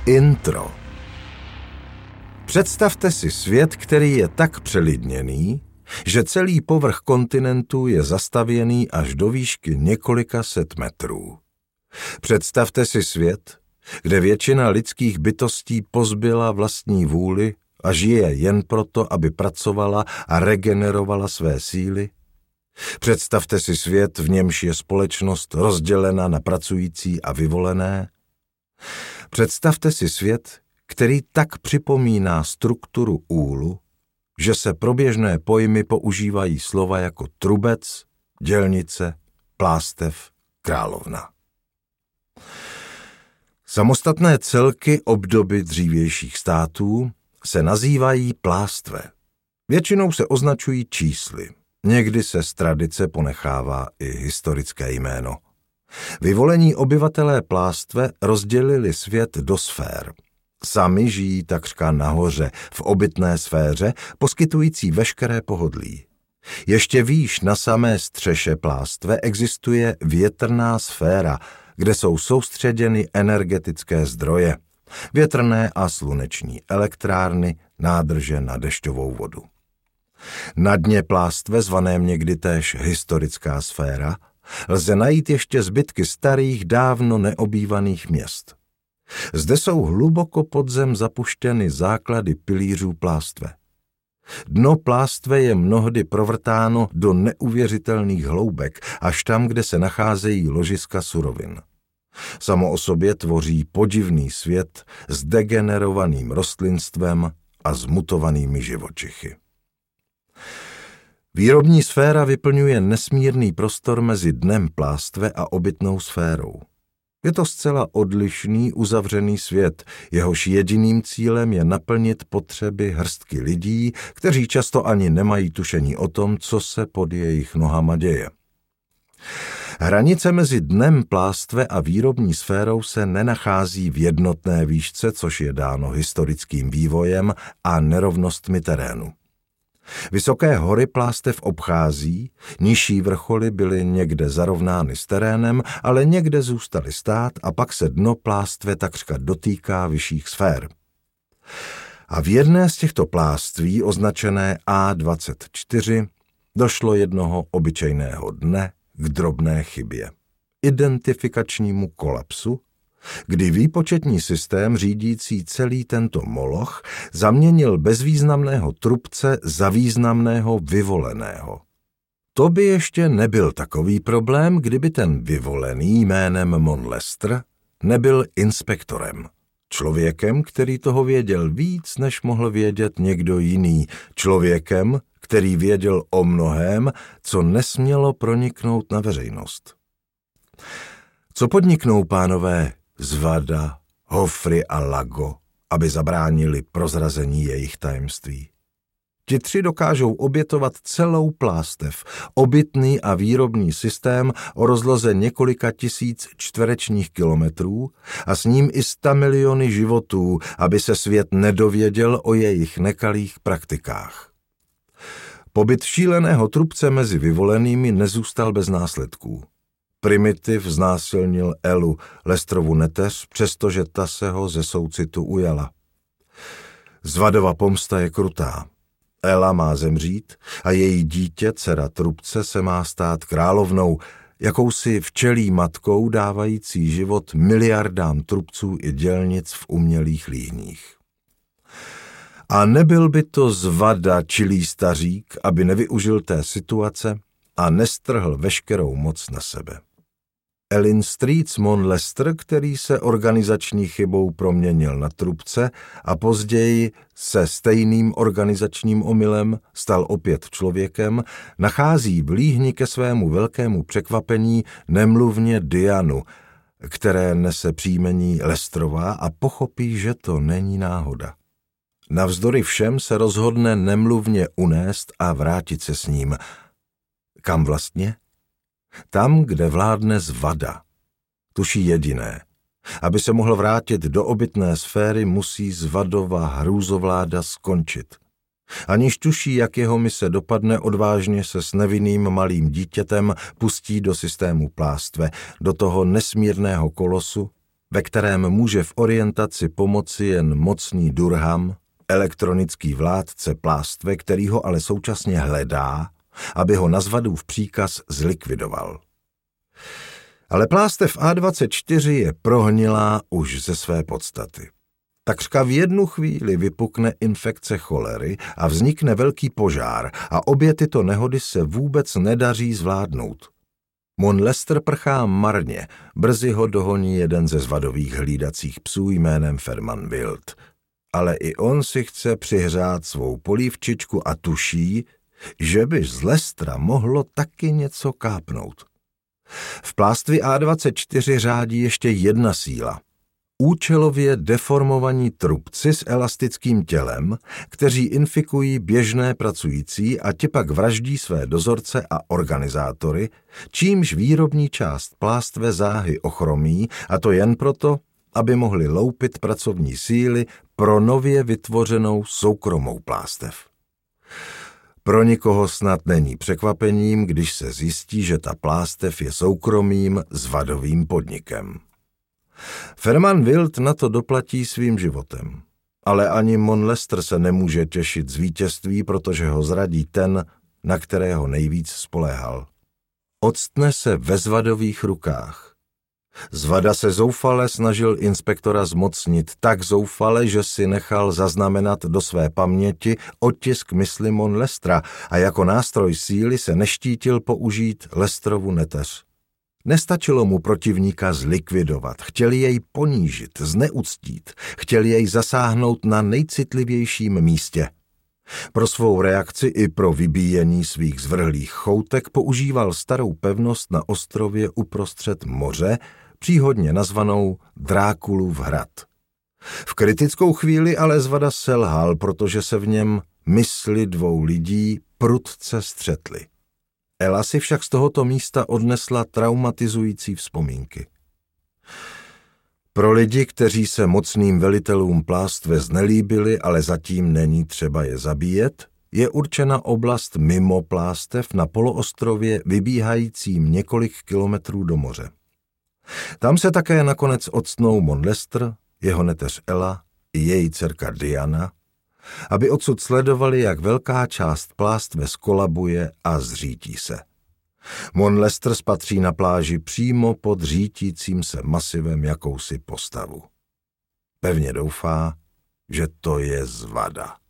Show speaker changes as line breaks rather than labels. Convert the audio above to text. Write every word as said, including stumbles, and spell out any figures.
Intro. Představte si svět, který je tak přelidněný, že celý povrch kontinentu je zastavěný až do výšky několika set metrů. Představte si svět, kde většina lidských bytostí pozbyla vlastní vůli a žije jen proto, aby pracovala a regenerovala své síly. Představte si svět, v němž je společnost rozdělena na pracující a vyvolené. Představte si svět, který tak připomíná strukturu úlu, že se pro běžné pojmy používají slova jako trubec, dělnice, plástev, královna. Samostatné celky obdoby dřívějších států se nazývají plástve. Většinou se označují čísly. Někdy se z tradice ponechává i historické jméno. Vyvolení obyvatelé plástve rozdělili svět do sfér. Sami žijí takřka nahoře, v obytné sféře, poskytující veškeré pohodlí. Ještě výš na samé střeše plástve existuje větrná sféra, kde jsou soustředěny energetické zdroje, větrné a sluneční elektrárny, nádrže na dešťovou vodu. Na dně plástve, zvaném někdy též historická sféra, lze najít ještě zbytky starých, dávno neobývaných měst. Zde jsou hluboko pod zem zapuštěny základy pilířů plástve. Dno plástve je mnohdy provrtáno do neuvěřitelných hloubek, až tam, kde se nacházejí ložiska surovin. Samo o sobě tvoří podivný svět s degenerovaným rostlinstvem a zmutovanými živočichy. Výrobní sféra vyplňuje nesmírný prostor mezi dnem plástve a obytnou sférou. Je to zcela odlišný, uzavřený svět, jehož jediným cílem je naplnit potřeby hrstky lidí, kteří často ani nemají tušení o tom, co se pod jejich nohama děje. Hranice mezi dnem plástve a výrobní sférou se nenachází v jednotné výšce, což je dáno historickým vývojem a nerovnostmi terénu. Vysoké hory plástev obchází, nižší vrcholy byly někde zarovnány s terénem, ale někde zůstaly stát a pak se dno plástve takřka dotýká vyšších sfér. A v jedné z těchto pláství, označené A dvacet čtyři, došlo jednoho obyčejného dne k drobné chybě, identifikačnímu kolapsu, kdy výpočetní systém řídící celý tento moloch zaměnil bezvýznamného trubce za významného vyvoleného. To by ještě nebyl takový problém, kdyby ten vyvolený jménem Mon Lester nebyl inspektorem. Člověkem, který toho věděl víc, než mohl vědět někdo jiný. Člověkem, který věděl o mnohém, co nesmělo proniknout na veřejnost. Co podniknou pánové Zvada, Hofry a Lago, aby zabránili prozrazení jejich tajemství? Ti tři dokážou obětovat celou plástev, obytný a výrobní systém o rozloze několika tisíc čtverečních kilometrů a s ním i sta miliony životů, aby se svět nedověděl o jejich nekalých praktikách. Pobyt šíleného trubce mezi vyvolenými nezůstal bez následků. Primitiv znásilnil Elu, Lestrovu neteř, přestože ta se ho ze soucitu ujala. Zvadova pomsta je krutá. Ela má zemřít a její dítě, dcera trubce, se má stát královnou, jakousi včelí matkou dávající život miliardám trubců i dělnic v umělých líhních. A nebyl by to Zvada, čilý stařík, aby nevyužil té situace a nestrhl veškerou moc na sebe. Elin strýc Mon Lester, který se organizační chybou proměnil na trubce a později se stejným organizačním omylem stal opět člověkem, nachází v líhni ke svému velkému překvapení nemluvně Dianu, které nese příjmení Lestrová, a pochopí, že to není náhoda. Navzdory všem se rozhodne nemluvně unést a vrátit se s ním. Kam vlastně? Tam, kde vládne Zvada. Tuší jediné. Aby se mohl vrátit do obytné sféry, musí Zvadova hrůzovláda skončit. Aniž tuší, jak jeho mise dopadne, odvážně se s nevinným malým dítětem pustí do systému plástve, do toho nesmírného kolosu, ve kterém může v orientaci pomoci jen mocný Durham, elektronický vládce plástve, který ho ale současně hledá, aby ho na Zvadův příkaz zlikvidoval. Ale plástev A dvacet čtyři je prohnilá už ze své podstaty. Takřka v jednu chvíli vypukne infekce cholery a vznikne velký požár a obě tyto nehody se vůbec nedaří zvládnout. Mon Lester prchá marně, brzy ho dohoní jeden ze Zvadových hlídacích psů jménem Fernand Wild. Ale i on si chce přihřát svou polívčičku a tuší, že by z Lestra mohlo taky něco kápnout. V plástvi A dvacet čtyři řádí ještě jedna síla. Účelově deformovaní trubci s elastickým tělem, kteří infikují běžné pracující a ti pak vraždí své dozorce a organizátory, čímž výrobní část plástve záhy ochromí, a to jen proto, aby mohli loupit pracovní síly pro nově vytvořenou soukromou plástev. Pro nikoho snad není překvapením, když se zjistí, že ta plástev je soukromým Zvadovým podnikem. Fernand Wild na to doplatí svým životem. Ale ani Mon Lester se nemůže těšit z vítězství, protože ho zradí ten, na kterého nejvíc spoléhal. Octne se ve Zvadových rukách. Zvada se zoufale snažil inspektora zmocnit tak zoufale, že si nechal zaznamenat do své paměti otisk mysli Mon Lestra a jako nástroj síly se neštítil použít Lestrovu neteř. Nestačilo mu protivníka zlikvidovat, chtěl jej ponížit, zneuctít, chtěl jej zasáhnout na nejcitlivějším místě. Pro svou reakci i pro vybíjení svých zvrhlých choutek používal starou pevnost na ostrově uprostřed moře, příhodně nazvanou Drákulův hrad. V kritickou chvíli ale Zvada selhal, protože se v něm mysli dvou lidí prudce střetly. Ela si však z tohoto místa odnesla traumatizující vzpomínky. Pro lidi, kteří se mocným velitelům plástve znelíbili, ale zatím není třeba je zabíjet, je určena oblast mimo plástev na poloostrově vybíhajícím několik kilometrů do moře. Tam se také nakonec octnou Mon Lester, jeho neteř Ela i její dcerka Diana, aby odsud sledovali, jak velká část plástve skolabuje a zřítí se. Mon Lester spatří na pláži přímo pod řítícím se masivem jakousi postavu. Pevně doufá, že to je Zvada.